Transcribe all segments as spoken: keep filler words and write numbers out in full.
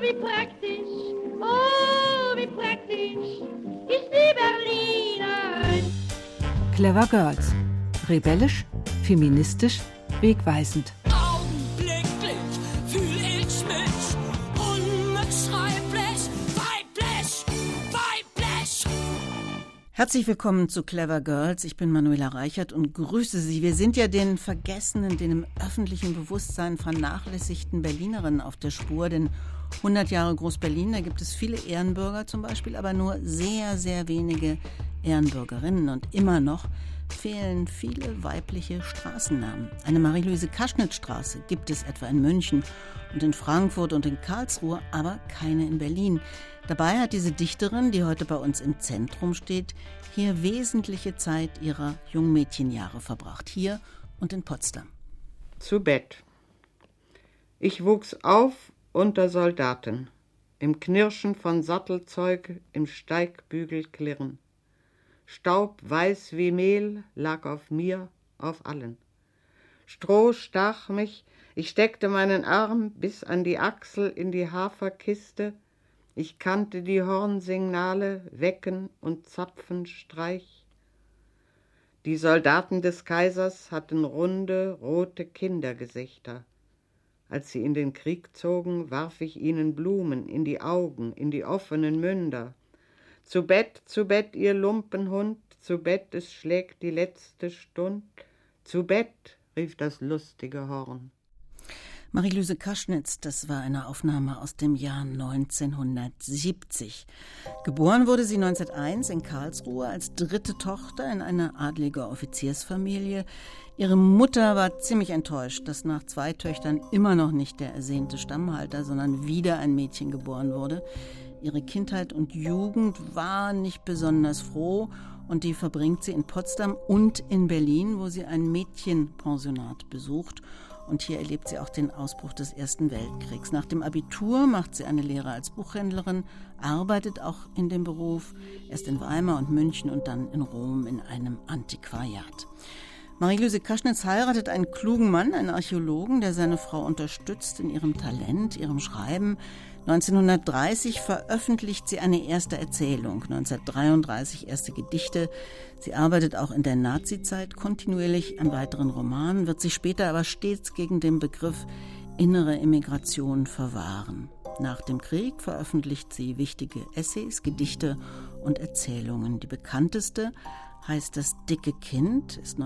wie praktisch, oh, wie praktisch ist die Berlinerin. Clever Girls. Rebellisch, feministisch, wegweisend. Augenblicklich fühl ich mich unbeschreiblich, weiblich, weiblich. Herzlich willkommen zu Clever Girls. Ich bin Manuela Reichert und grüße Sie. Wir sind ja den vergessenen, den im öffentlichen Bewusstsein vernachlässigten Berlinerinnen auf der Spur. Denn hundert Jahre Groß-Berlin, da gibt es viele Ehrenbürger zum Beispiel, aber nur sehr, sehr wenige Ehrenbürgerinnen. Und immer noch fehlen viele weibliche Straßennamen. Eine Marie-Louise-Kaschnitz-Straße gibt es etwa in München und in Frankfurt und in Karlsruhe, aber keine in Berlin. Dabei hat diese Dichterin, die heute bei uns im Zentrum steht, hier wesentliche Zeit ihrer Jungmädchenjahre verbracht, hier und in Potsdam. Zu Bett. Ich wuchs auf unter Soldaten, im Knirschen von Sattelzeug, im Steigbügelklirren. Staub weiß wie Mehl lag auf mir, auf allen. Stroh stach mich, ich steckte meinen Arm bis an die Achsel in die Haferkiste. Ich kannte die Hornsignale, Wecken und Zapfenstreich. Die Soldaten des Kaisers hatten runde, rote Kindergesichter. Als sie in den Krieg zogen, warf ich ihnen Blumen in die Augen, in die offenen Münder. Zu Bett, zu Bett, ihr Lumpenhund, zu Bett, es schlägt die letzte Stund. Zu Bett, rief das lustige Horn. Marie-Louise Kaschnitz, das war eine Aufnahme aus dem Jahr neunzehnhundertsiebzig. Geboren wurde sie neunzehnhunderteins in Karlsruhe als dritte Tochter in einer adligen Offiziersfamilie. Ihre Mutter war ziemlich enttäuscht, dass nach zwei Töchtern immer noch nicht der ersehnte Stammhalter, sondern wieder ein Mädchen geboren wurde. Ihre Kindheit und Jugend war nicht besonders froh und die verbringt sie in Potsdam und in Berlin, wo sie ein Mädchenpensionat besucht. Und hier erlebt sie auch den Ausbruch des Ersten Weltkriegs. Nach dem Abitur macht sie eine Lehre als Buchhändlerin, arbeitet auch in dem Beruf, erst in Weimar und München und dann in Rom in einem Antiquariat. Marie-Louise Kaschnitz heiratet einen klugen Mann, einen Archäologen, der seine Frau unterstützt in ihrem Talent, ihrem Schreiben. neunzehnhundertdreißig veröffentlicht sie eine erste Erzählung, neunzehnhundertdreiunddreißig erste Gedichte. Sie arbeitet auch in der Nazizeit kontinuierlich an weiteren Romanen, wird sich später aber stets gegen den Begriff innere Emigration verwahren. Nach dem Krieg veröffentlicht sie wichtige Essays, Gedichte und Erzählungen. Die bekannteste heißt Das dicke Kind, ist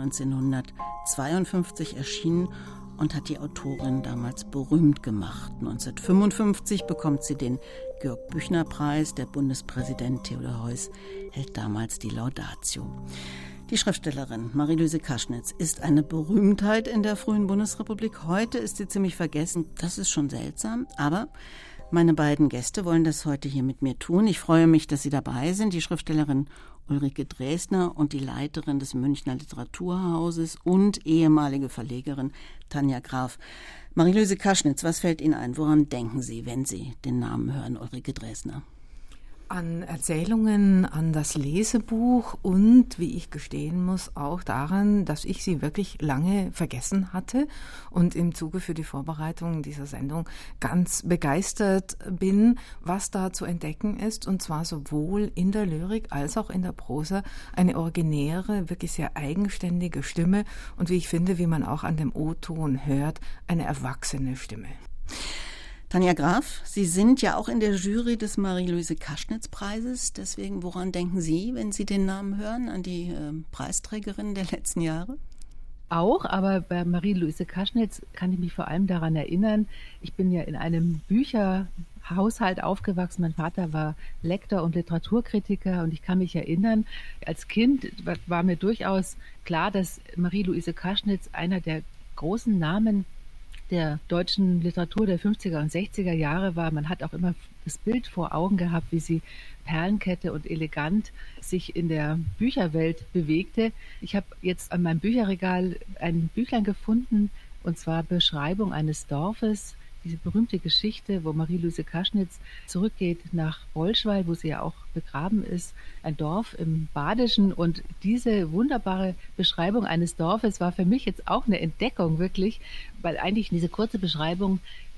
neunzehnhundertzweiundfünfzig erschienen und hat die Autorin damals berühmt gemacht. neunzehnhundertfünfundfünfzig bekommt sie den Georg-Büchner-Preis. Der Bundespräsident Theodor Heuss hält damals die Laudatio. Die Schriftstellerin Marie-Louise Kaschnitz ist eine Berühmtheit in der frühen Bundesrepublik. Heute ist sie ziemlich vergessen. Das ist schon seltsam, aber meine beiden Gäste wollen das heute hier mit mir tun. Ich freue mich, dass Sie dabei sind. Die Schriftstellerin Ulrike Dresner und die Leiterin des Münchner Literaturhauses und ehemalige Verlegerin Tanja Graf. Marie-Louise Kaschnitz, was fällt Ihnen ein? Woran denken Sie, wenn Sie den Namen hören, Ulrike Dresner? An Erzählungen, an das Lesebuch und, wie ich gestehen muss, auch daran, dass ich sie wirklich lange vergessen hatte und im Zuge für die Vorbereitung dieser Sendung ganz begeistert bin, was da zu entdecken ist, und zwar sowohl in der Lyrik als auch in der Prosa eine originäre, wirklich sehr eigenständige Stimme und, wie ich finde, wie man auch an dem O-Ton hört, eine erwachsene Stimme. Tanja Graf, Sie sind ja auch in der Jury des Marie-Louise-Kaschnitz-Preises. Deswegen, woran denken Sie, wenn Sie den Namen hören, an die äh, Preisträgerin der letzten Jahre? Auch, aber bei Marie-Louise Kaschnitz kann ich mich vor allem daran erinnern, ich bin ja in einem Bücherhaushalt aufgewachsen. Mein Vater war Lektor und Literaturkritiker und ich kann mich erinnern, als Kind war mir durchaus klar, dass Marie-Louise Kaschnitz einer der großen Namen der deutschen Literatur der fünfziger und sechziger Jahre war. Man hat auch immer das Bild vor Augen gehabt, wie sie Perlenkette und elegant sich in der Bücherwelt bewegte. Ich habe jetzt an meinem Bücherregal ein Büchlein gefunden, und zwar Beschreibung eines Dorfes, diese berühmte Geschichte, wo Marie-Louise Kaschnitz zurückgeht nach Bolschweił, wo sie ja auch begraben ist, ein Dorf im Badischen. Und diese wunderbare Beschreibung eines Dorfes war für mich jetzt auch eine Entdeckung wirklich, weil eigentlich diese kurze Beschreibung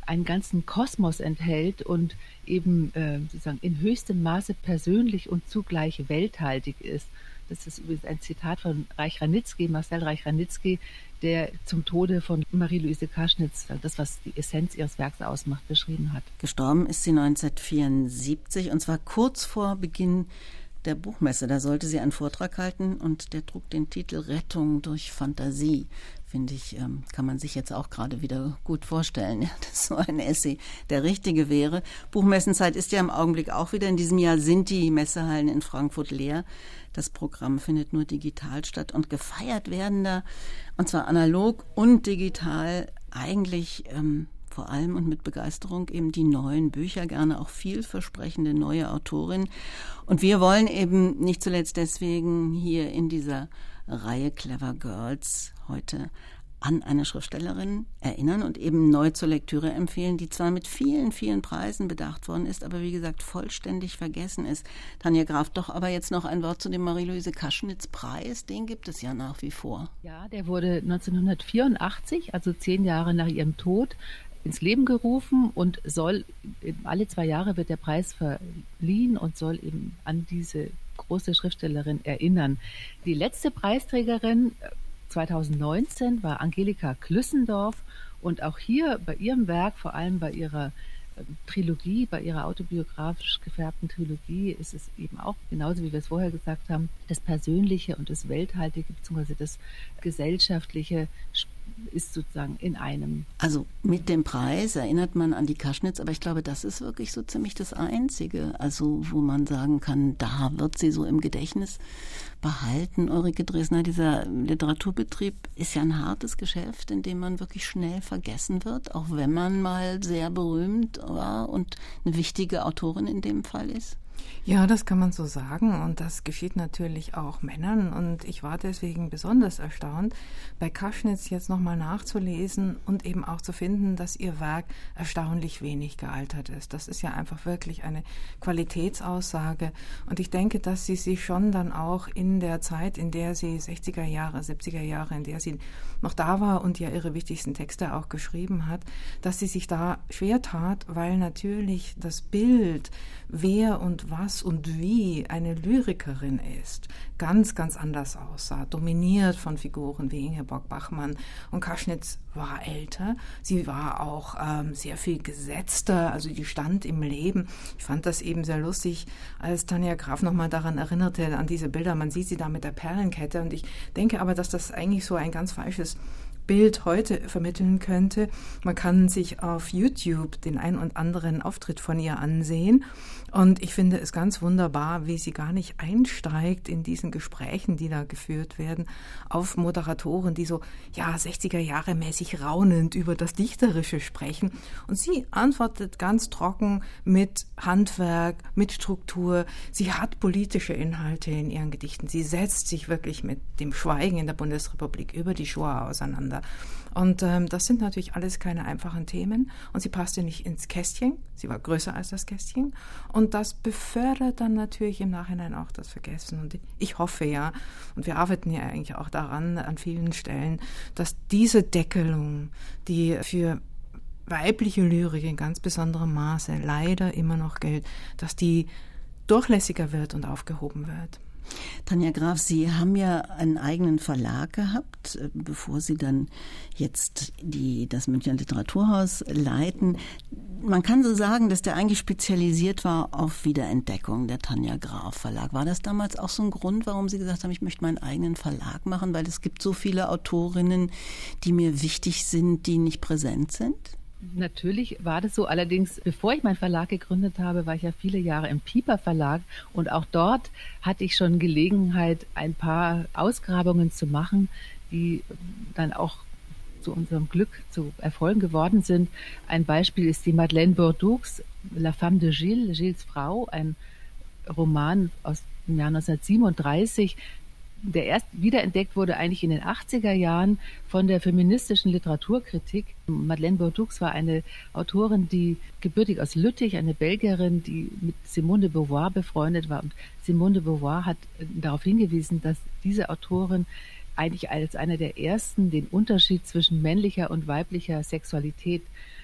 einen ganzen Kosmos enthält und eben äh, sozusagen in höchstem Maße persönlich und zugleich welthaltig ist. Das ist übrigens ein Zitat von Reich-Ranitzky, Marcel Reich-Ranitzky, der zum Tode von Marie-Louise Kaschnitz, das, was die Essenz ihres Werks ausmacht, beschrieben hat. Gestorben ist sie neunzehnhundertvierundsiebzig, und zwar kurz vor Beginn der Buchmesse. Da sollte sie einen Vortrag halten und der trug den Titel Rettung durch Fantasie. Finde ich, ähm, kann man sich jetzt auch gerade wieder gut vorstellen, ja, dass so ein Essay der richtige wäre. Buchmessenzeit ist ja im Augenblick auch wieder. In diesem Jahr sind die Messehallen in Frankfurt leer. Das Programm findet nur digital statt und gefeiert werden da, und zwar analog und digital, eigentlich ähm, vor allem und mit Begeisterung eben die neuen Bücher, gerne auch vielversprechende neue Autorinnen. Und wir wollen eben nicht zuletzt deswegen hier in dieser Reihe Clever Girls heute an eine Schriftstellerin erinnern und eben neu zur Lektüre empfehlen, die zwar mit vielen, vielen Preisen bedacht worden ist, aber wie gesagt vollständig vergessen ist. Tanja Graf, doch aber jetzt noch ein Wort zu dem Marie-Louise Kaschnitz-Preis. Den gibt es ja nach wie vor. Ja, der wurde neunzehnhundertvierundachtzig, also zehn Jahre nach ihrem Tod, ins Leben gerufen und soll, alle zwei Jahre wird der Preis verliehen und soll eben an diese große Schriftstellerin erinnern. Die letzte Preisträgerin zweitausendneunzehn war Angelika Klüssendorf, und auch hier bei ihrem Werk, vor allem bei ihrer Trilogie, bei ihrer autobiografisch gefärbten Trilogie, ist es eben auch, genauso wie wir es vorher gesagt haben, das Persönliche und das Welthaltige bzw. das Gesellschaftliche ist sozusagen in einem. Also mit dem Preis erinnert man an die Kaschnitz, aber ich glaube, das ist wirklich so ziemlich das Einzige, also wo man sagen kann, da wird sie so im Gedächtnis behalten. Ulrike Dresner, dieser Literaturbetrieb ist ja ein hartes Geschäft, in dem man wirklich schnell vergessen wird, auch wenn man mal sehr berühmt war und eine wichtige Autorin in dem Fall ist. Ja, das kann man so sagen, und das geschieht natürlich auch Männern, und ich war deswegen besonders erstaunt, bei Kaschnitz jetzt nochmal nachzulesen und eben auch zu finden, dass ihr Werk erstaunlich wenig gealtert ist. Das ist ja einfach wirklich eine Qualitätsaussage, und ich denke, dass sie sich schon dann auch in der Zeit, in der sie sechziger Jahre, siebziger Jahre, in der sie noch da war und ja ihre wichtigsten Texte auch geschrieben hat, dass sie sich da schwer tat, weil natürlich das Bild, wer und was und wie eine Lyrikerin ist, ganz, ganz anders aussah, dominiert von Figuren wie Ingeborg Bachmann. Und Kaschnitz war älter, sie war auch ähm, sehr viel gesetzter, also die stand im Leben. Ich fand das eben sehr lustig, als Tanja Graf nochmal daran erinnerte, an diese Bilder, man sieht sie da mit der Perlenkette, und ich denke aber, dass das eigentlich so ein ganz falsches Bild heute vermitteln könnte. Man kann sich auf YouTube den ein und anderen Auftritt von ihr ansehen, und ich finde es ganz wunderbar, wie sie gar nicht einsteigt in diesen Gesprächen, die da geführt werden, auf Moderatoren, die so, ja, sechziger Jahre mäßig raunend über das Dichterische sprechen, und sie antwortet ganz trocken mit Handwerk, mit Struktur. Sie hat politische Inhalte in ihren Gedichten. Sie setzt sich wirklich mit dem Schweigen in der Bundesrepublik über die Shoah auseinander. Und ähm, das sind natürlich alles keine einfachen Themen, und sie passte nicht ins Kästchen, sie war größer als das Kästchen, und das befördert dann natürlich im Nachhinein auch das Vergessen. Und ich hoffe ja, und wir arbeiten ja eigentlich auch daran an vielen Stellen, dass diese Deckelung, die für weibliche Lyrik in ganz besonderem Maße leider immer noch gilt, dass die durchlässiger wird und aufgehoben wird. Tanja Graf, Sie haben ja einen eigenen Verlag gehabt, bevor Sie dann jetzt die, das Münchner Literaturhaus leiten. Man kann so sagen, dass der eigentlich spezialisiert war auf Wiederentdeckung, der Tanja Graf Verlag. War das damals auch so ein Grund, warum Sie gesagt haben, ich möchte meinen eigenen Verlag machen? Weil es gibt so viele Autorinnen, die mir wichtig sind, die nicht präsent sind? Natürlich war das so. Allerdings, bevor ich meinen Verlag gegründet habe, war ich ja viele Jahre im Piper Verlag, und auch dort hatte ich schon Gelegenheit, ein paar Ausgrabungen zu machen, die dann auch zu unserem Glück zu Erfolgen geworden sind. Ein Beispiel ist die Madeleine Bourdouxs La Femme de Gilles, Gilles Frau, ein Roman aus dem Jahr neunzehnhundertsiebenunddreißig, der erst wiederentdeckt wurde eigentlich in den achtziger Jahren von der feministischen Literaturkritik. Madeleine Bourdouxs war eine Autorin, die gebürtig aus Lüttich, eine Belgierin, die mit Simone de Beauvoir befreundet war. Und Simone de Beauvoir hat darauf hingewiesen, dass diese Autorin eigentlich als einer der ersten den Unterschied zwischen männlicher und weiblicher Sexualität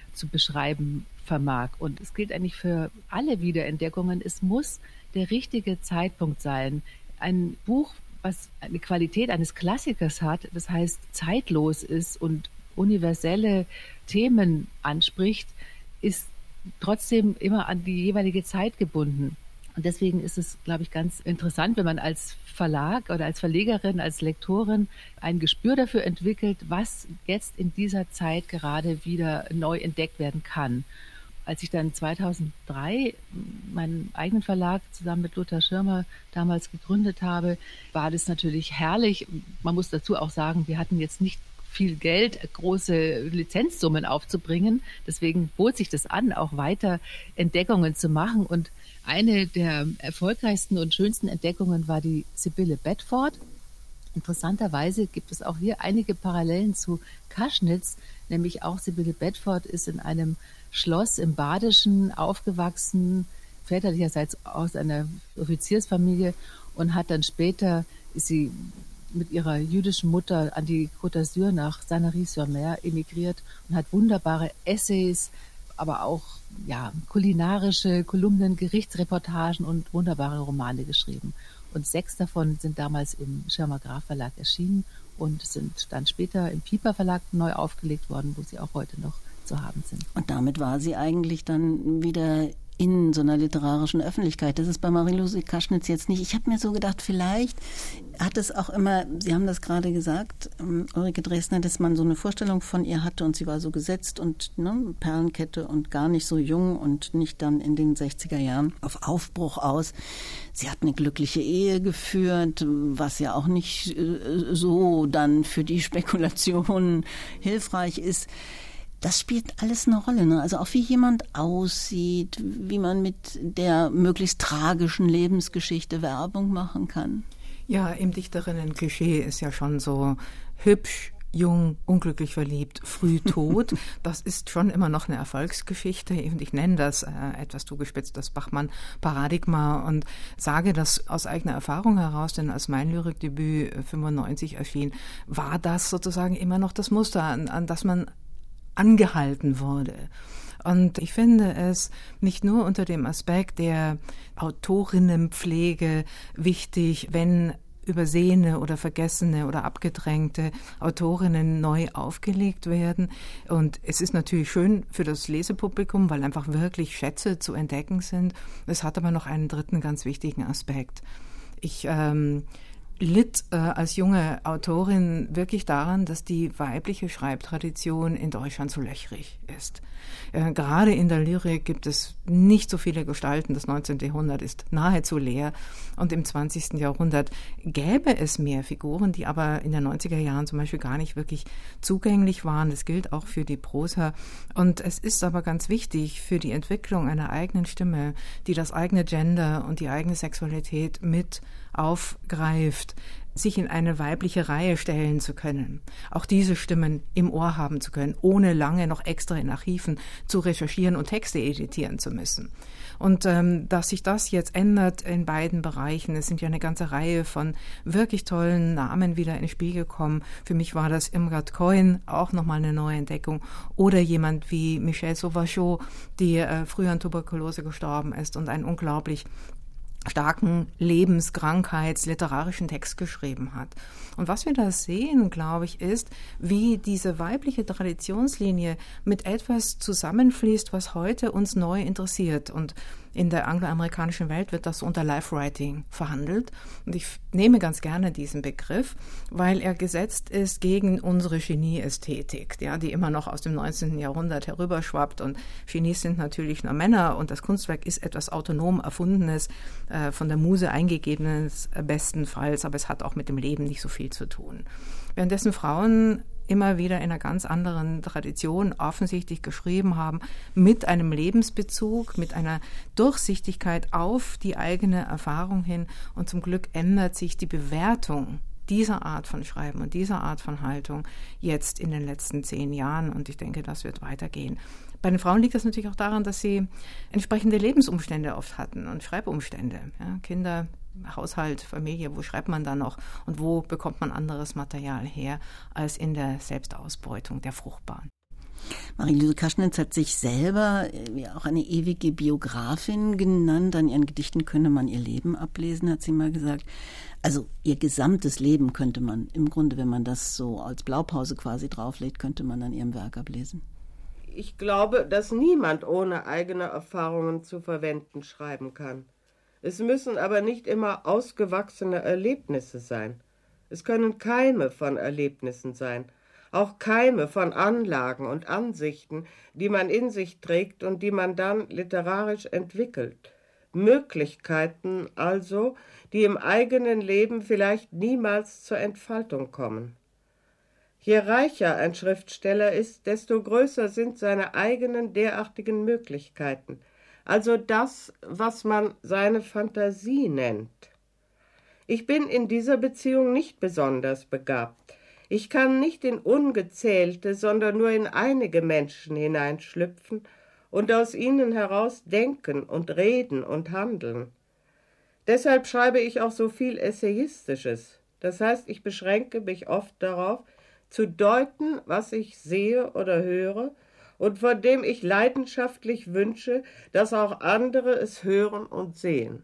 zu beschreiben vermag. Und es gilt eigentlich für alle Wiederentdeckungen, es muss der richtige Zeitpunkt sein. Ein Buch, was eine Qualität eines Klassikers hat, das heißt zeitlos ist und universelle Themen anspricht, ist trotzdem immer an die jeweilige Zeit gebunden. Und deswegen ist es, glaube ich, ganz interessant, wenn man als Verlag oder als Verlegerin, als Lektorin ein Gespür dafür entwickelt, was jetzt in dieser Zeit gerade wieder neu entdeckt werden kann. Als ich dann zweitausenddrei meinen eigenen Verlag zusammen mit Lothar Schirmer damals gegründet habe, war das natürlich herrlich. Man muss dazu auch sagen, wir hatten jetzt nicht viel Geld, große Lizenzsummen aufzubringen. Deswegen bot sich das an, auch weiter Entdeckungen zu machen. Und eine der erfolgreichsten und schönsten Entdeckungen war die Sibylle Bedford. Interessanterweise gibt es auch hier einige Parallelen zu Kaschnitz, nämlich auch Sibylle Bedford ist in einem Schloss im Badischen aufgewachsen, väterlicherseits aus einer Offiziersfamilie, und hat dann später, ist sie mit ihrer jüdischen Mutter an die Côte d'Azur nach Sanary-sur-Mer emigriert und hat wunderbare Essays, aber auch ja, kulinarische Kolumnen, Gerichtsreportagen und wunderbare Romane geschrieben. Und sechs davon sind damals im Schirmer Graf Verlag erschienen und sind dann später im Piper Verlag neu aufgelegt worden, wo sie auch heute noch zu haben sind. Und damit war sie eigentlich dann wieder in so einer literarischen Öffentlichkeit. Das ist bei Marie-Louise Kaschnitz jetzt nicht. Ich habe mir so gedacht, vielleicht hat es auch immer, Sie haben das gerade gesagt, ähm, Ulrike Dresdner, dass man so eine Vorstellung von ihr hatte und sie war so gesetzt und ne, Perlenkette und gar nicht so jung und nicht dann in den sechziger Jahren auf Aufbruch aus. Sie hat eine glückliche Ehe geführt, was ja auch nicht äh, so dann für die Spekulation hilfreich ist. Das spielt alles eine Rolle, ne? Also auch wie jemand aussieht, wie man mit der möglichst tragischen Lebensgeschichte Werbung machen kann. Ja, im Dichterinnen-Klischee ist ja schon so hübsch, jung, unglücklich verliebt, früh tot. Das ist schon immer noch eine Erfolgsgeschichte. Und ich nenne das äh, etwas zugespitzt, das Bachmann-Paradigma, und sage das aus eigener Erfahrung heraus, denn als mein Lyrikdebüt fünfundneunzig erschien, war das sozusagen immer noch das Muster, an, an das man angehalten wurde. Und ich finde es nicht nur unter dem Aspekt der Autorinnenpflege wichtig, wenn übersehene oder vergessene oder abgedrängte Autorinnen neu aufgelegt werden. Und es ist natürlich schön für das Lesepublikum, weil einfach wirklich Schätze zu entdecken sind. Es hat aber noch einen dritten ganz wichtigen Aspekt. Ich ähm, litt äh, als junge Autorin wirklich daran, dass die weibliche Schreibtradition in Deutschland so löchrig ist. Äh, gerade in der Lyrik gibt es nicht so viele Gestalten. Das neunzehnte Jahrhundert ist nahezu leer. Und im zwanzigsten Jahrhundert gäbe es mehr Figuren, die aber in den neunziger Jahren zum Beispiel gar nicht wirklich zugänglich waren. Das gilt auch für die Prosa. Und es ist aber ganz wichtig für die Entwicklung einer eigenen Stimme, die das eigene Gender und die eigene Sexualität mit aufgreift, sich in eine weibliche Reihe stellen zu können, auch diese Stimmen im Ohr haben zu können, ohne lange noch extra in Archiven zu recherchieren und Texte editieren zu müssen. Und ähm, dass sich das jetzt ändert in beiden Bereichen, es sind ja eine ganze Reihe von wirklich tollen Namen wieder ins Spiel gekommen. Für mich war das Irmgard Coin auch nochmal eine neue Entdeckung. Oder jemand wie Michelle Sauvageau, die äh, früher an Tuberkulose gestorben ist und einen unglaublich starken Lebens-, Krankheits-, literarischen Text geschrieben hat. Und was wir da sehen, glaube ich, ist, wie diese weibliche Traditionslinie mit etwas zusammenfließt, was heute uns neu interessiert. Und in der angloamerikanischen Welt wird das unter Life-Writing verhandelt. Und ich nehme ganz gerne diesen Begriff, weil er gesetzt ist gegen unsere Genie-Ästhetik, ja, die immer noch aus dem neunzehnten Jahrhundert herüberschwappt. Und Genies sind natürlich nur Männer und das Kunstwerk ist etwas autonom Erfundenes, äh, von der Muse eingegebenes äh, bestenfalls, aber es hat auch mit dem Leben nicht so viel zu tun. Währenddessen Frauen immer wieder in einer ganz anderen Tradition offensichtlich geschrieben haben, mit einem Lebensbezug, mit einer Durchsichtigkeit auf die eigene Erfahrung hin. Und zum Glück ändert sich die Bewertung dieser Art von Schreiben und dieser Art von Haltung jetzt in den letzten zehn Jahren. Und ich denke, das wird weitergehen. Bei den Frauen liegt das natürlich auch daran, dass sie entsprechende Lebensumstände oft hatten und Schreibumstände. Ja, Kinder, Haushalt, Familie, wo schreibt man da noch und wo bekommt man anderes Material her als in der Selbstausbeutung der Fruchtbaren? Marie-Luise Kaschnitz hat sich selber ja auch eine ewige Biografin genannt. An ihren Gedichten könne man ihr Leben ablesen, hat sie mal gesagt. Also ihr gesamtes Leben könnte man, im Grunde, wenn man das so als Blaupause quasi drauflegt, könnte man an ihrem Werk ablesen. Ich glaube, dass niemand ohne eigene Erfahrungen zu verwenden schreiben kann. Es müssen aber nicht immer ausgewachsene Erlebnisse sein. Es können Keime von Erlebnissen sein, auch Keime von Anlagen und Ansichten, die man in sich trägt und die man dann literarisch entwickelt. Möglichkeiten also, die im eigenen Leben vielleicht niemals zur Entfaltung kommen. Je reicher ein Schriftsteller ist, desto größer sind seine eigenen derartigen Möglichkeiten, also das, was man seine Fantasie nennt. Ich bin in dieser Beziehung nicht besonders begabt. Ich kann nicht in ungezählte, sondern nur in einige Menschen hineinschlüpfen und aus ihnen heraus denken und reden und handeln. Deshalb schreibe ich auch so viel Essayistisches. Das heißt, ich beschränke mich oft darauf, zu deuten, was ich sehe oder höre und von dem ich leidenschaftlich wünsche, dass auch andere es hören und sehen.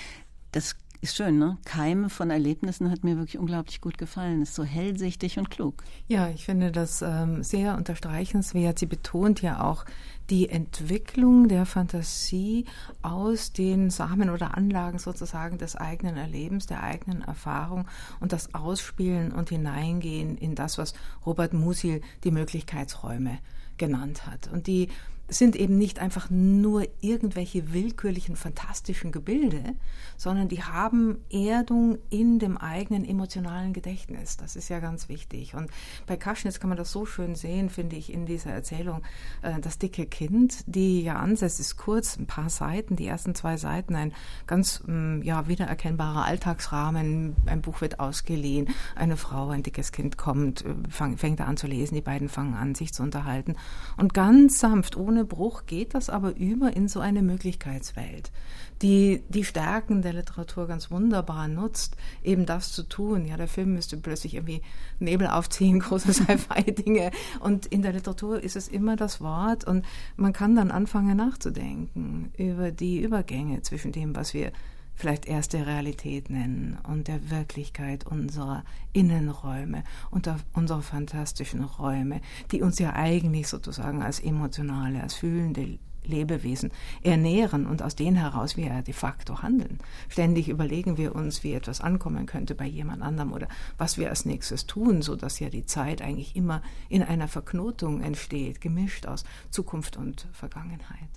Das ist schön, ne? Keime von Erlebnissen hat mir wirklich unglaublich gut gefallen. Ist so hellsichtig und klug. Ja, ich finde das ähm, sehr unterstreichenswert. Sie betont ja auch die Entwicklung der Fantasie aus den Samen oder Anlagen sozusagen des eigenen Erlebens, der eigenen Erfahrung und das Ausspielen und Hineingehen in das, was Robert Musil die Möglichkeitsräume genannt hat. Und die sind eben nicht einfach nur irgendwelche willkürlichen, fantastischen Gebilde, sondern die haben Erdung in dem eigenen emotionalen Gedächtnis. Das ist ja ganz wichtig. Und bei Kaschnitz kann man das so schön sehen, finde ich, in dieser Erzählung äh, Das dicke Kind, die ja ansetzt, ist kurz, ein paar Seiten, die ersten zwei Seiten, ein ganz ähm, ja, wiedererkennbarer Alltagsrahmen, ein Buch wird ausgeliehen, eine Frau, ein dickes Kind kommt, fang, fängt an zu lesen, die beiden fangen an, sich zu unterhalten. Und ganz sanft, ohne Bruch geht das aber über in so eine Möglichkeitswelt, die die Stärken der Literatur ganz wunderbar nutzt, eben das zu tun. Ja, der Film müsste plötzlich irgendwie Nebel aufziehen, große Sci-Fi-Dinge. Und in der Literatur ist es immer das Wort und man kann dann anfangen nachzudenken über die Übergänge zwischen dem, was wir vielleicht erste Realität nennen und der Wirklichkeit unserer Innenräume und der, unserer fantastischen Räume, die uns ja eigentlich sozusagen als emotionale, als fühlende Lebewesen ernähren und aus denen heraus wir ja de facto handeln. Ständig überlegen wir uns, wie etwas ankommen könnte bei jemand anderem oder was wir als nächstes tun, sodass ja die Zeit eigentlich immer in einer Verknotung entsteht, gemischt aus Zukunft und Vergangenheit.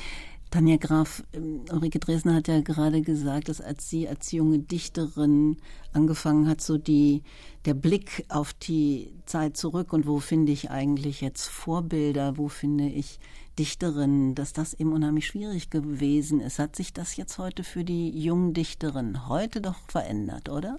Tanja Graf, Ulrike Dresner hat ja gerade gesagt, dass als sie als junge Dichterin angefangen hat, so die, der Blick auf die Zeit zurück und wo finde ich eigentlich jetzt Vorbilder, wo finde ich Dichterinnen, dass das eben unheimlich schwierig gewesen ist. Hat sich das jetzt heute für die jungen Dichterinnen heute doch verändert, oder?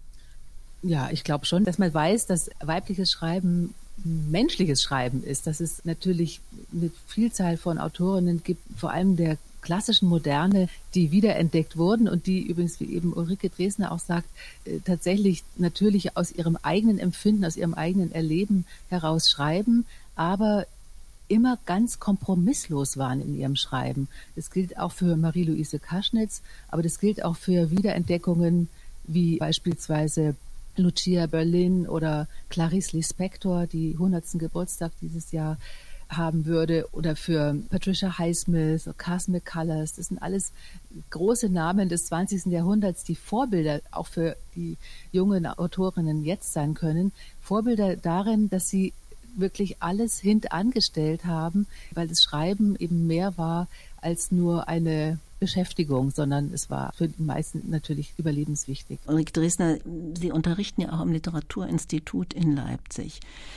Ja, ich glaube schon, dass man weiß, dass weibliches Schreiben menschliches Schreiben ist, dass es natürlich eine Vielzahl von Autorinnen gibt, vor allem der klassischen Moderne, die wiederentdeckt wurden und die übrigens, wie eben Ulrike Dresner auch sagt, tatsächlich natürlich aus ihrem eigenen Empfinden, aus ihrem eigenen Erleben heraus schreiben, aber immer ganz kompromisslos waren in ihrem Schreiben. Das gilt auch für Marie-Luise Kaschnitz, aber das gilt auch für Wiederentdeckungen wie beispielsweise Lucia Berlin oder Clarice Lispector, die hundertsten Geburtstag dieses Jahr haben würde, oder für Patricia Highsmith oder Cass McCullers. Das sind alles große Namen des zwanzigsten Jahrhunderts, die Vorbilder auch für die jungen Autorinnen jetzt sein können. Vorbilder darin, dass sie wirklich alles hintangestellt haben, weil das Schreiben eben mehr war als nur eine Beschäftigung, sondern es war für die meisten natürlich überlebenswichtig. Ulrike Dresner, Sie unterrichten ja auch am Literaturinstitut in Leipzig.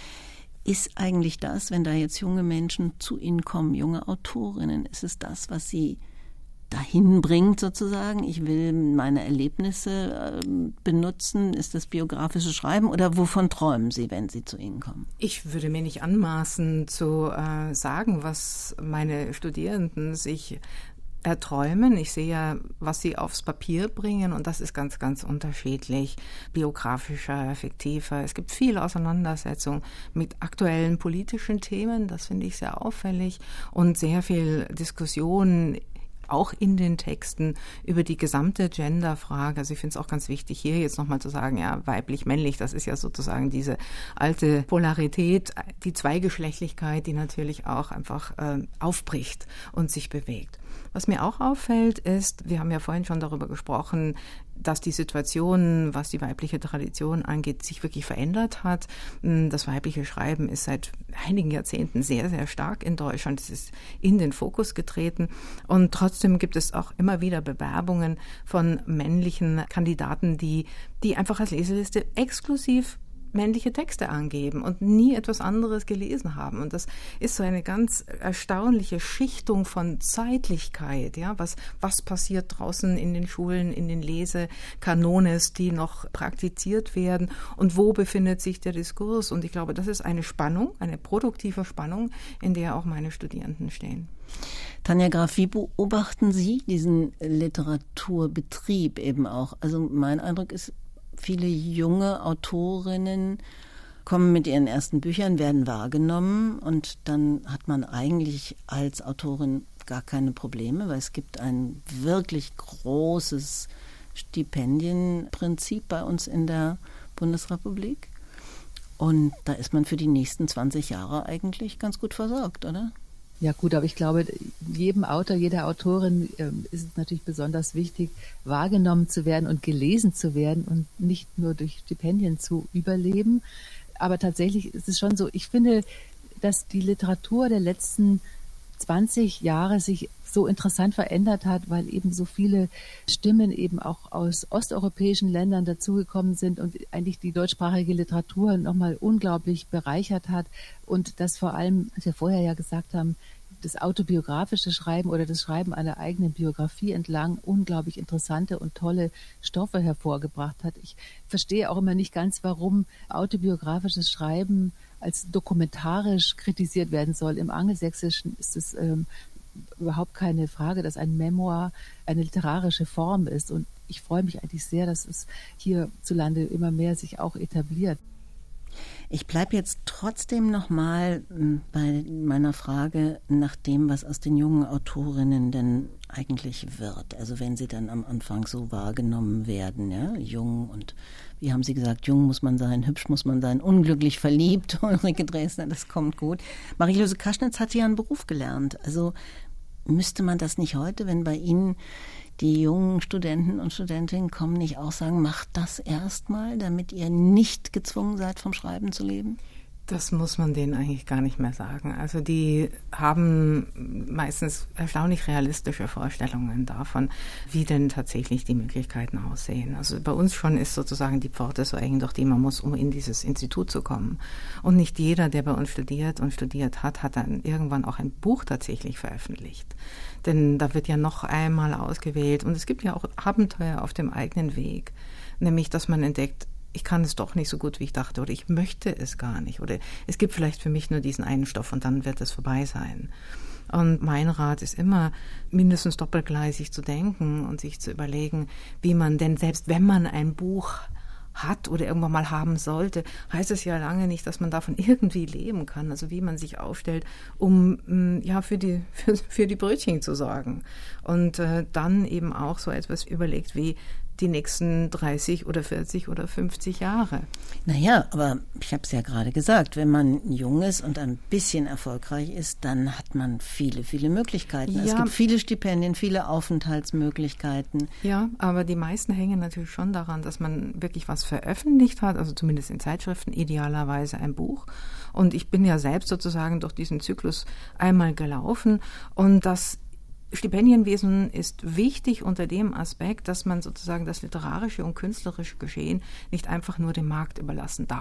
Ist eigentlich das, wenn da jetzt junge Menschen zu Ihnen kommen, junge Autorinnen, ist es das, was Sie dahin bringt sozusagen? Ich will meine Erlebnisse äh, benutzen. Ist das biografische Schreiben oder wovon träumen Sie, wenn Sie zu Ihnen kommen? Ich würde mir nicht anmaßen zu äh, sagen, was meine Studierenden sich erträumen. Ich sehe ja, was sie aufs Papier bringen und das ist ganz, ganz unterschiedlich. Biografischer, fiktiver. Es gibt viel Auseinandersetzung mit aktuellen politischen Themen, das finde ich sehr auffällig und sehr viel Diskussion auch in den Texten über die gesamte Genderfrage. Also ich finde es auch ganz wichtig, hier jetzt nochmal zu sagen, ja, weiblich, männlich, das ist ja sozusagen diese alte Polarität, die Zweigeschlechtlichkeit, die natürlich auch einfach äh, aufbricht und sich bewegt. Was mir auch auffällt, ist, wir haben ja vorhin schon darüber gesprochen, dass die Situation, was die weibliche Tradition angeht, sich wirklich verändert hat. Das weibliche Schreiben ist seit einigen Jahrzehnten sehr, sehr stark in Deutschland. Es ist in den Fokus getreten. Und trotzdem gibt es auch immer wieder Bewerbungen von männlichen Kandidaten, die, die einfach als Leseliste exklusiv männliche Texte angeben und nie etwas anderes gelesen haben. Und das ist so eine ganz erstaunliche Schichtung von Zeitlichkeit. Ja, was, was passiert draußen in den Schulen, in den Lesekanones, die noch praktiziert werden und wo befindet sich der Diskurs? Und ich glaube, das ist eine Spannung, eine produktive Spannung, in der auch meine Studierenden stehen. Tanja Graf, wie beobachten Sie diesen Literaturbetrieb eben auch? Also mein Eindruck ist, viele junge Autorinnen kommen mit ihren ersten Büchern, werden wahrgenommen und dann hat man eigentlich als Autorin gar keine Probleme, weil es gibt ein wirklich großes Stipendienprinzip bei uns in der Bundesrepublik und da ist man für die nächsten zwanzig Jahre eigentlich ganz gut versorgt, oder? Ja gut, aber ich glaube, jedem Autor, jeder Autorin äh, ist es natürlich besonders wichtig, wahrgenommen zu werden und gelesen zu werden und nicht nur durch Stipendien zu überleben. Aber tatsächlich ist es schon so, ich finde, dass die Literatur der letzten zwanzig Jahre sich so interessant verändert hat, weil eben so viele Stimmen eben auch aus osteuropäischen Ländern dazugekommen sind und eigentlich die deutschsprachige Literatur nochmal unglaublich bereichert hat und das vor allem, was wir vorher ja gesagt haben, das autobiografische Schreiben oder das Schreiben einer eigenen Biografie entlang unglaublich interessante und tolle Stoffe hervorgebracht hat. Ich verstehe auch immer nicht ganz, warum autobiografisches Schreiben als dokumentarisch kritisiert werden soll. Im Angelsächsischen ist es ähm, überhaupt keine Frage, dass ein Memoir eine literarische Form ist. Und ich freue mich eigentlich sehr, dass es hierzulande immer mehr sich auch etabliert. Ich bleibe jetzt trotzdem noch mal bei meiner Frage nach dem, was aus den jungen Autorinnen denn eigentlich wird. Also wenn sie dann am Anfang so wahrgenommen werden, ja, jung und wie haben Sie gesagt, jung muss man sein, hübsch muss man sein, unglücklich verliebt, Ulrike Dresner, das kommt gut. Marie-Luise Kaschnitz hat ja einen Beruf gelernt. Also müsste man das nicht heute, wenn bei Ihnen die jungen Studenten und Studentinnen kommen, nicht auch sagen, macht das erstmal, damit ihr nicht gezwungen seid, vom Schreiben zu leben? Das muss man denen eigentlich gar nicht mehr sagen. Also die haben meistens erstaunlich realistische Vorstellungen davon, wie denn tatsächlich die Möglichkeiten aussehen. Also bei uns schon ist sozusagen die Pforte so eng, durch die man muss, um in dieses Institut zu kommen. Und nicht jeder, der bei uns studiert und studiert hat, hat dann irgendwann auch ein Buch tatsächlich veröffentlicht. Denn da wird ja noch einmal ausgewählt. Und es gibt ja auch Abenteuer auf dem eigenen Weg. Nämlich, dass man entdeckt, ich kann es doch nicht so gut, wie ich dachte, oder ich möchte es gar nicht, oder es gibt vielleicht für mich nur diesen einen Stoff und dann wird es vorbei sein. Und mein Rat ist immer, mindestens doppelgleisig zu denken und sich zu überlegen, wie man denn, selbst wenn man ein Buch hat oder irgendwann mal haben sollte, heißt es ja lange nicht, dass man davon irgendwie leben kann. Also wie man sich aufstellt, um ja für die für, für die Brötchen zu sorgen. Und äh, dann eben auch so etwas überlegt wie die nächsten dreißig oder vierzig oder fünfzig Jahre. Naja, aber ich habe es ja gerade gesagt, wenn man jung ist und ein bisschen erfolgreich ist, dann hat man viele, viele Möglichkeiten. Ja. Es gibt viele Stipendien, viele Aufenthaltsmöglichkeiten. Ja, aber die meisten hängen natürlich schon daran, dass man wirklich was veröffentlicht hat, also zumindest in Zeitschriften, idealerweise ein Buch. Und ich bin ja selbst sozusagen durch diesen Zyklus einmal gelaufen und das Stipendienwesen ist wichtig unter dem Aspekt, dass man sozusagen das literarische und künstlerische Geschehen nicht einfach nur dem Markt überlassen darf.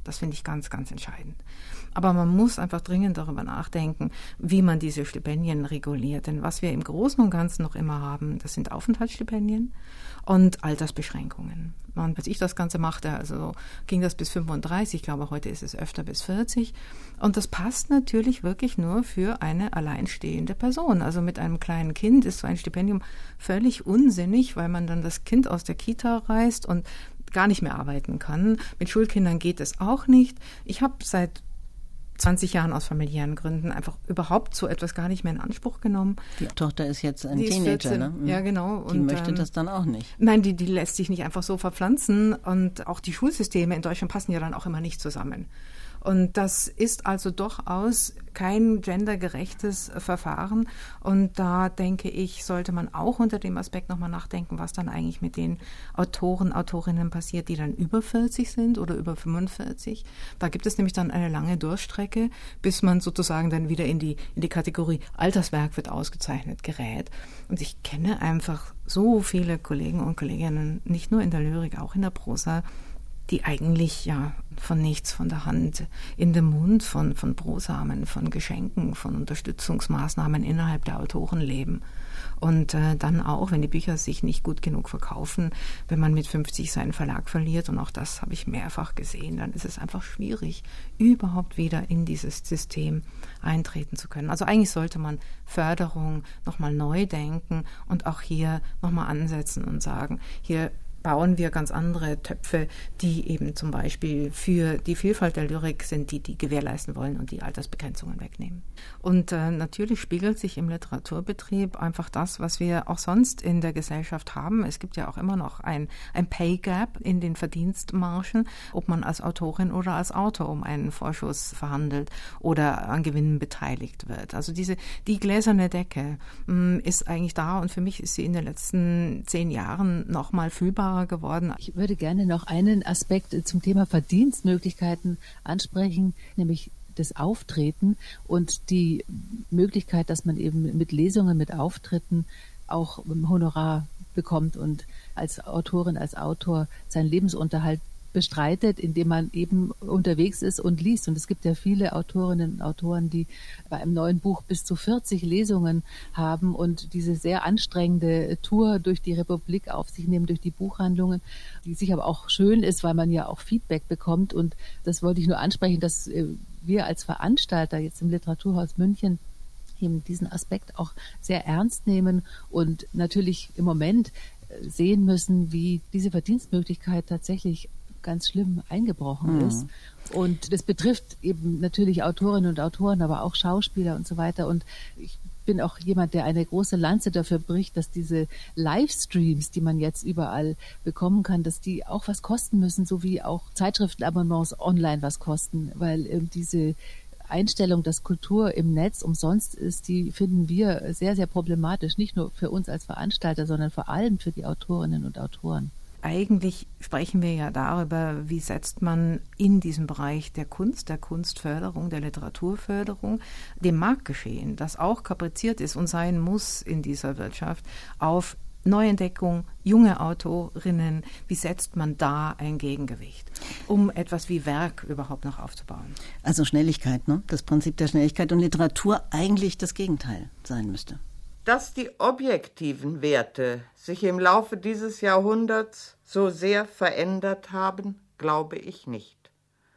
Das finde ich ganz, ganz entscheidend. Aber man muss einfach dringend darüber nachdenken, wie man diese Stipendien reguliert. Denn was wir im Großen und Ganzen noch immer haben, das sind Aufenthaltsstipendien und Altersbeschränkungen. Und als ich das Ganze machte, also ging das bis fünfunddreißig, ich glaube, heute ist es öfter bis vierzig. Und das passt natürlich wirklich nur für eine alleinstehende Person. Also mit einem kleinen Kind ist so ein Stipendium völlig unsinnig, weil man dann das Kind aus der Kita reißt und gar nicht mehr arbeiten kann. Mit Schulkindern geht es auch nicht. Ich habe seit zwanzig Jahren aus familiären Gründen einfach überhaupt so etwas gar nicht mehr in Anspruch genommen. Die Tochter ist jetzt ein die Teenager, vierzehn, ne? Ja, genau. Die und, möchte ähm, das dann auch nicht. Nein, die, die lässt sich nicht einfach so verpflanzen. Und auch die Schulsysteme in Deutschland passen ja dann auch immer nicht zusammen. Und das ist also durchaus kein gendergerechtes Verfahren. Und da denke ich, sollte man auch unter dem Aspekt nochmal nachdenken, was dann eigentlich mit den Autoren, Autorinnen passiert, die dann über vierzig sind oder über fünfundvierzig. Da gibt es nämlich dann eine lange Durchstrecke, bis man sozusagen dann wieder in die, in die Kategorie Alterswerk wird ausgezeichnet gerät. Und ich kenne einfach so viele Kollegen und Kolleginnen, nicht nur in der Lyrik, auch in der Prosa, die eigentlich ja von nichts, von der Hand in den Mund, von, von Brosamen, von Geschenken, von Unterstützungsmaßnahmen innerhalb der Autoren leben. Und äh, dann auch, wenn die Bücher sich nicht gut genug verkaufen, wenn man mit fünfzig seinen Verlag verliert, und auch das habe ich mehrfach gesehen, dann ist es einfach schwierig, überhaupt wieder in dieses System eintreten zu können. Also eigentlich sollte man Förderung nochmal neu denken und auch hier nochmal ansetzen und sagen, hier bauen wir ganz andere Töpfe, die eben zum Beispiel für die Vielfalt der Lyrik sind, die die gewährleisten wollen und die Altersbegrenzungen wegnehmen. Und äh, natürlich spiegelt sich im Literaturbetrieb einfach das, was wir auch sonst in der Gesellschaft haben. Es gibt ja auch immer noch ein, ein Pay Gap in den Verdienstmargen, ob man als Autorin oder als Autor um einen Vorschuss verhandelt oder an Gewinnen beteiligt wird. Also diese die gläserne Decke mh, ist eigentlich da, und für mich ist sie in den letzten zehn Jahren noch mal fühlbarer geworden. Ich würde gerne noch einen Aspekt zum Thema Verdienstmöglichkeiten ansprechen, nämlich das Auftreten und die Möglichkeit, dass man eben mit Lesungen, mit Auftritten auch Honorar bekommt und als Autorin, als Autor seinen Lebensunterhalt bestreitet, indem man eben unterwegs ist und liest. Und es gibt ja viele Autorinnen und Autoren, die bei einem neuen Buch bis zu vierzig Lesungen haben und diese sehr anstrengende Tour durch die Republik auf sich nehmen, durch die Buchhandlungen, die sich aber auch schön ist, weil man ja auch Feedback bekommt. Und das wollte ich nur ansprechen, dass wir als Veranstalter jetzt im Literaturhaus München eben diesen Aspekt auch sehr ernst nehmen und natürlich im Moment sehen müssen, wie diese Verdienstmöglichkeit tatsächlich ganz schlimm eingebrochen mhm. ist. Und das betrifft eben natürlich Autorinnen und Autoren, aber auch Schauspieler und so weiter. Und ich bin auch jemand, der eine große Lanze dafür bricht, dass diese Livestreams, die man jetzt überall bekommen kann, dass die auch was kosten müssen, so wie auch Zeitschriftenabonnements online was kosten, weil ähm, diese Einstellung, dass Kultur im Netz umsonst ist, die finden wir sehr, sehr problematisch, nicht nur für uns als Veranstalter, sondern vor allem für die Autorinnen und Autoren. Eigentlich sprechen wir ja darüber, wie setzt man in diesem Bereich der Kunst, der Kunstförderung, der Literaturförderung, dem Marktgeschehen, das auch kapriziert ist und sein muss in dieser Wirtschaft, auf Neuentdeckung, junge Autorinnen, wie setzt man da ein Gegengewicht, um etwas wie Werk überhaupt noch aufzubauen? Also Schnelligkeit, ne? Das Prinzip der Schnelligkeit, und Literatur eigentlich das Gegenteil sein müsste. Dass die objektiven Werte sich im Laufe dieses Jahrhunderts so sehr verändert haben, glaube ich nicht.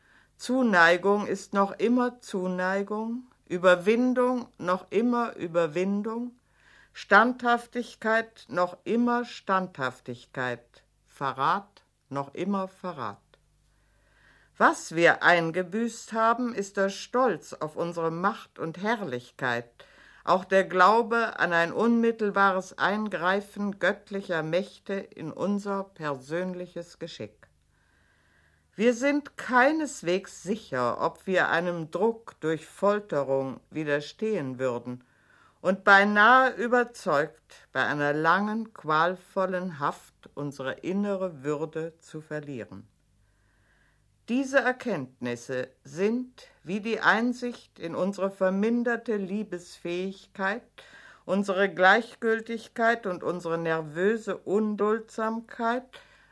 Zuneigung ist noch immer Zuneigung, Überwindung noch immer Überwindung, Standhaftigkeit noch immer Standhaftigkeit, Verrat noch immer Verrat. Was wir eingebüßt haben, ist der Stolz auf unsere Macht und Herrlichkeit, auch der Glaube an ein unmittelbares Eingreifen göttlicher Mächte in unser persönliches Geschick. Wir sind keineswegs sicher, ob wir einem Druck durch Folterung widerstehen würden und beinahe überzeugt, bei einer langen, qualvollen Haft unsere innere Würde zu verlieren. Diese Erkenntnisse sind, wie die Einsicht in unsere verminderte Liebesfähigkeit, unsere Gleichgültigkeit und unsere nervöse Unduldsamkeit,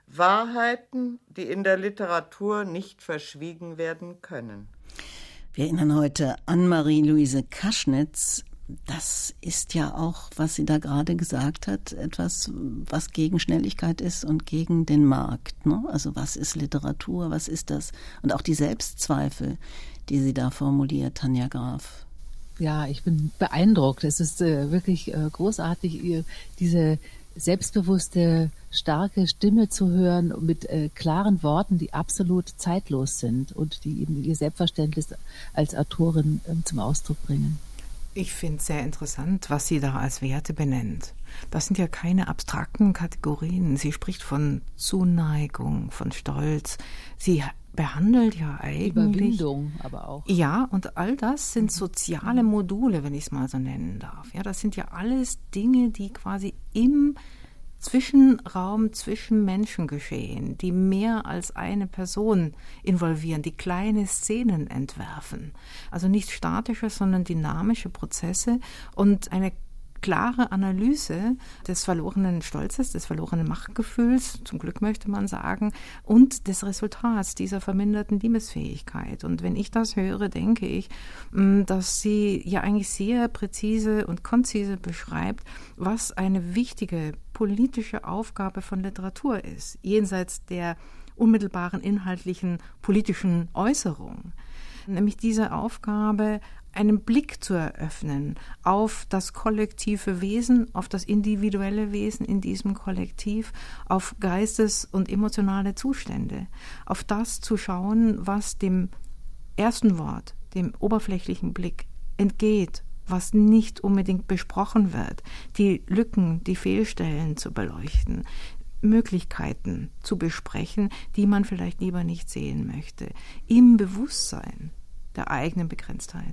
Wahrheiten, die in der Literatur nicht verschwiegen werden können. Wir erinnern heute an Marie-Louise Kaschnitz. Das ist ja auch, was sie da gerade gesagt hat, etwas, was gegen Schnelligkeit ist und gegen den Markt, ne? Also was ist Literatur, was ist das? Und auch die Selbstzweifel, die sie da formuliert, Tanja Graf. Ja, ich bin beeindruckt. Es ist äh, wirklich äh, großartig, ihr, diese selbstbewusste, starke Stimme zu hören mit äh, klaren Worten, die absolut zeitlos sind und die eben ihr Selbstverständnis als Autorin äh, zum Ausdruck bringen. Ich finde es sehr interessant, was sie da als Werte benennt. Das sind ja keine abstrakten Kategorien. Sie spricht von Zuneigung, von Stolz. Sie behandelt ja eigentlich... Überwindung aber auch. Ja, und all das sind soziale Module, wenn ich es mal so nennen darf. Ja, das sind ja alles Dinge, die quasi im Zwischenraum zwischen Menschen geschehen, die mehr als eine Person involvieren, die kleine Szenen entwerfen. Also nicht statische, sondern dynamische Prozesse und eine klare Analyse des verlorenen Stolzes, des verlorenen Machtgefühls, zum Glück möchte man sagen, und des Resultats dieser verminderten Liebesfähigkeit. Und wenn ich das höre, denke ich, dass sie ja eigentlich sehr präzise und konzise beschreibt, was eine wichtige politische Aufgabe von Literatur ist, jenseits der unmittelbaren inhaltlichen politischen Äußerung. Nämlich diese Aufgabe, einen Blick zu eröffnen auf das kollektive Wesen, auf das individuelle Wesen in diesem Kollektiv, auf Geistes- und emotionale Zustände, auf das zu schauen, was dem ersten Wort, dem oberflächlichen Blick entgeht, was nicht unbedingt besprochen wird, die Lücken, die Fehlstellen zu beleuchten, Möglichkeiten zu besprechen, die man vielleicht lieber nicht sehen möchte, im Bewusstsein der eigenen Begrenztheit.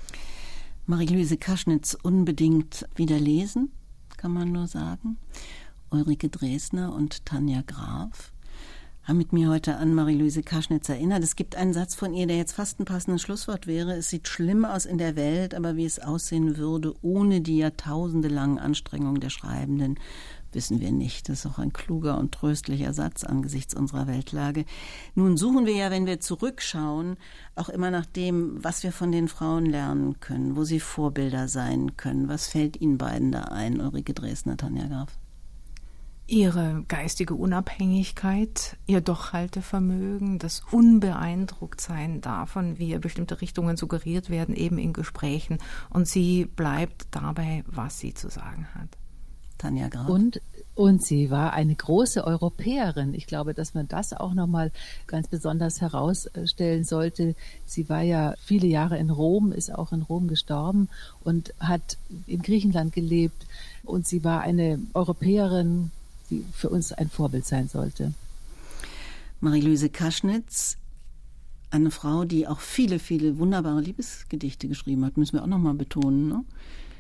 Marie-Louise Kaschnitz unbedingt wieder lesen, kann man nur sagen. Ulrike Dresner und Tanja Graf haben mit mir heute an Marie-Louise Kaschnitz erinnert. Es gibt einen Satz von ihr, der jetzt fast ein passendes Schlusswort wäre. Es sieht schlimm aus in der Welt, aber wie es aussehen würde ohne die jahrtausendelangen Anstrengungen der Schreibenden, wissen wir nicht. Das ist auch ein kluger und tröstlicher Satz angesichts unserer Weltlage. Nun suchen wir ja, wenn wir zurückschauen, auch immer nach dem, was wir von den Frauen lernen können, wo sie Vorbilder sein können. Was fällt Ihnen beiden da ein, Ulrike Dresner, Tanja Graf? Ihre geistige Unabhängigkeit, ihr Durchhaltevermögen, das Unbeeindrucktsein davon, wie ihr bestimmte Richtungen suggeriert werden, eben in Gesprächen. Und sie bleibt dabei, was sie zu sagen hat. Tanja Graf. Und, und sie war eine große Europäerin. Ich glaube, dass man das auch nochmal ganz besonders herausstellen sollte. Sie war ja viele Jahre in Rom, ist auch in Rom gestorben und hat in Griechenland gelebt. Und sie war eine Europäerin, die für uns ein Vorbild sein sollte. Marie-Louise Kaschnitz, eine Frau, die auch viele, viele wunderbare Liebesgedichte geschrieben hat, müssen wir auch nochmal betonen, ne?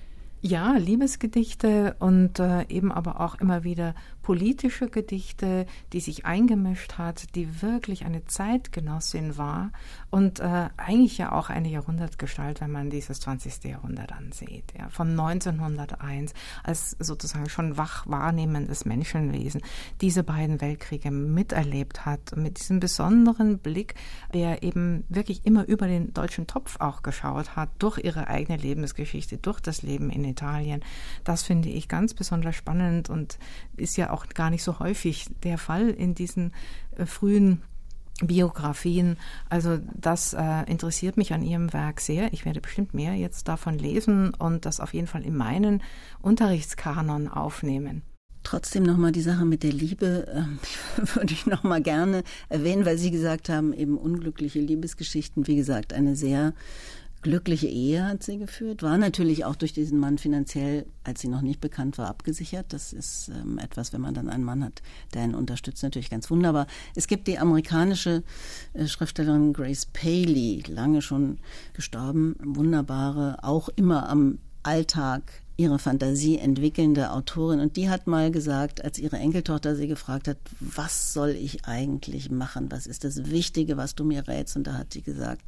Ja, Liebesgedichte und äh, eben aber auch immer wieder politische Gedichte, die sich eingemischt hat, die wirklich eine Zeitgenossin war und äh, eigentlich ja auch eine Jahrhundertgestalt, wenn man dieses zwanzigste Jahrhundert ansieht. Ja, von neunzehnhunderteins als sozusagen schon wach wahrnehmendes Menschenwesen diese beiden Weltkriege miterlebt hat, mit diesem besonderen Blick, der eben wirklich immer über den deutschen Topf auch geschaut hat, durch ihre eigene Lebensgeschichte, durch das Leben in Italien. Das finde ich ganz besonders spannend und ist ja auch gar nicht so häufig der Fall in diesen äh, frühen Biografien. Also das äh, interessiert mich an ihrem Werk sehr. Ich werde bestimmt mehr jetzt davon lesen und das auf jeden Fall in meinen Unterrichtskanon aufnehmen. Trotzdem nochmal die Sache mit der Liebe äh, würde ich nochmal gerne erwähnen, weil Sie gesagt haben, eben unglückliche Liebesgeschichten. Wie gesagt, eine sehr glückliche Ehe hat sie geführt, war natürlich auch durch diesen Mann finanziell, als sie noch nicht bekannt war, abgesichert. Das ist ähm, etwas, wenn man dann einen Mann hat, der einen unterstützt, natürlich ganz wunderbar. Es gibt die amerikanische äh, Schriftstellerin Grace Paley, lange schon gestorben, wunderbare, auch immer am Alltag ihre Fantasie entwickelnde Autorin. Und die hat mal gesagt, als ihre Enkeltochter sie gefragt hat, was soll ich eigentlich machen? Was ist das Wichtige, was du mir rätst? Und da hat sie gesagt,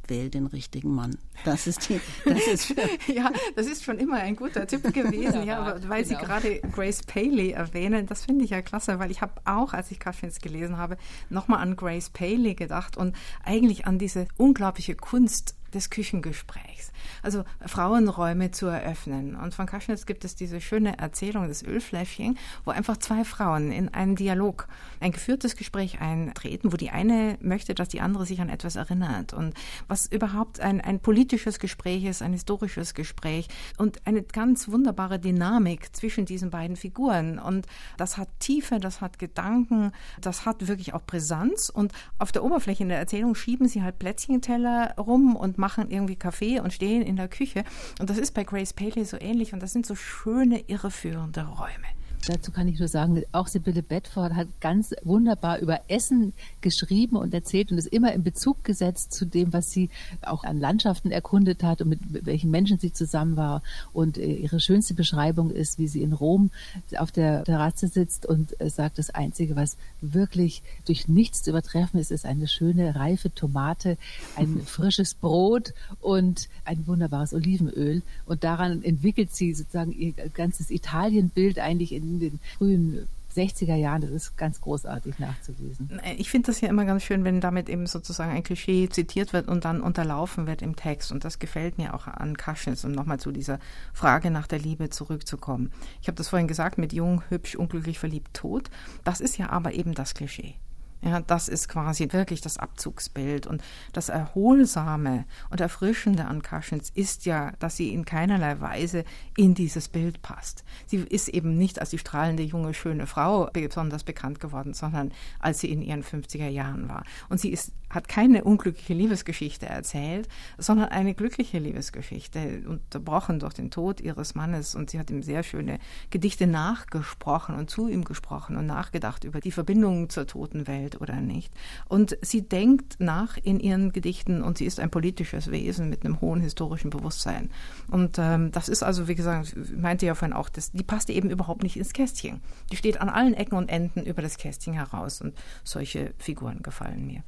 wähl den richtigen Mann. Das ist die, das ist ja, das ist schon immer ein guter Tipp gewesen, ja, aber weil genau. Sie gerade Grace Paley erwähnen, das finde ich ja klasse, weil ich habe auch, als ich Kaschnitz gelesen habe, nochmal an Grace Paley gedacht und eigentlich an diese unglaubliche Kunst des Küchengesprächs, also Frauenräume zu eröffnen. Und von Kaschnitz gibt es diese schöne Erzählung, das Ölfläschchen, wo einfach zwei Frauen in einen Dialog, ein geführtes Gespräch eintreten, wo die eine möchte, dass die andere sich an etwas erinnert und was überhaupt ein, ein politisches Gespräch ist, ein historisches Gespräch und eine ganz wunderbare Dynamik zwischen diesen beiden Figuren. Und das hat Tiefe, das hat Gedanken, das hat wirklich auch Brisanz und auf der Oberfläche in der Erzählung schieben sie halt Plätzchenteller rum und machen irgendwie Kaffee und stehen in der Küche. Und das ist bei Grace Paley so ähnlich und das sind so schöne, irreführende Räume. Dazu kann ich nur sagen, auch Sibylle Bedford hat ganz wunderbar über Essen geschrieben und erzählt und es immer in Bezug gesetzt zu dem, was sie auch an Landschaften erkundet hat und mit welchen Menschen sie zusammen war. Und ihre schönste Beschreibung ist, wie sie in Rom auf der Terrasse sitzt und sagt, das Einzige, was wirklich durch nichts zu übertreffen ist, ist eine schöne, reife Tomate, ein frisches Brot und ein wunderbares Olivenöl. Und daran entwickelt sie sozusagen ihr ganzes Italienbild eigentlich in in den frühen sechziger Jahren, das ist ganz großartig nachzulesen. Ich finde das ja immer ganz schön, wenn damit eben sozusagen ein Klischee zitiert wird und dann unterlaufen wird im Text. Und das gefällt mir auch an Kaschnitz, um nochmal zu dieser Frage nach der Liebe zurückzukommen. Ich habe das vorhin gesagt, mit jung, hübsch, unglücklich, verliebt, tot. Das ist ja aber eben das Klischee. Ja, das ist quasi wirklich das Abzugsbild. Und das Erholsame und Erfrischende an Kaschnitz ist ja, dass sie in keinerlei Weise in dieses Bild passt. Sie ist eben nicht als die strahlende, junge, schöne Frau besonders bekannt geworden, sondern als sie in ihren fünfziger Jahren war. Und sie ist, hat keine unglückliche Liebesgeschichte erzählt, sondern eine glückliche Liebesgeschichte, unterbrochen durch den Tod ihres Mannes. Und sie hat ihm sehr schöne Gedichte nachgesprochen und zu ihm gesprochen und nachgedacht über die Verbindung zur toten Welt oder nicht. Und sie denkt nach in ihren Gedichten und sie ist ein politisches Wesen mit einem hohen historischen Bewusstsein. Und ähm, das ist also, wie gesagt, meinte ja vorhin auch, das, die passte eben überhaupt nicht ins Kästchen. Die steht an allen Ecken und Enden über das Kästchen heraus und solche Figuren gefallen mir.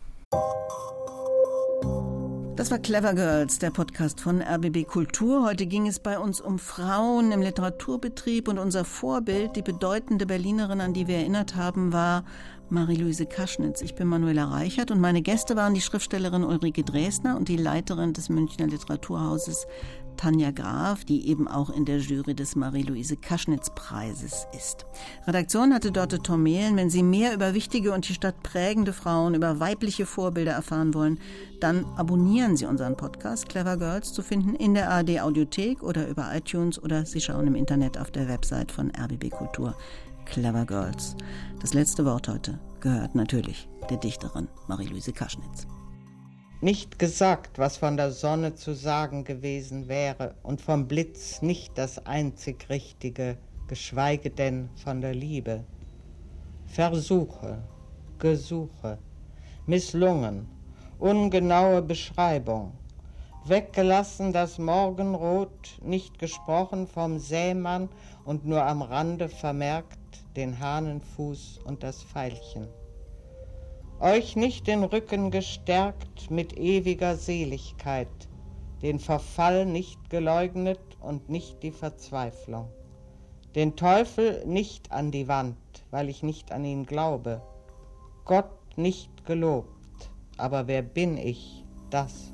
Das war Clever Girls, der Podcast von R B B Kultur. Heute ging es bei uns um Frauen im Literaturbetrieb und unser Vorbild, die bedeutende Berlinerin, an die wir erinnert haben, war Marie-Louise Kaschnitz. Ich bin Manuela Reichert und meine Gäste waren die Schriftstellerin Ulrike Dresner und die Leiterin des Münchner Literaturhauses Tanja Graf, die eben auch in der Jury des Marie-Louise Kaschnitz-Preises ist. Redaktion hatte Dörte Tormehlen. Wenn Sie mehr über wichtige und die Stadt prägende Frauen, über weibliche Vorbilder erfahren wollen, dann abonnieren Sie unseren Podcast Clever Girls, zu finden in der A R D Audiothek oder über iTunes oder Sie schauen im Internet auf der Website von R B B Kultur. Clever Girls. Das letzte Wort heute gehört natürlich der Dichterin Marie-Louise Kaschnitz. Nicht gesagt, was von der Sonne zu sagen gewesen wäre, und vom Blitz nicht das einzig Richtige, geschweige denn von der Liebe. Versuche, Gesuche, misslungen, ungenaue Beschreibung, weggelassen das Morgenrot, nicht gesprochen vom Sämann und nur am Rande vermerkt den Hahnenfuß und das Veilchen. Euch nicht den Rücken gestärkt mit ewiger Seligkeit, den Verfall nicht geleugnet und nicht die Verzweiflung, den Teufel nicht an die Wand, weil ich nicht an ihn glaube, Gott nicht gelobt, aber wer bin ich, das?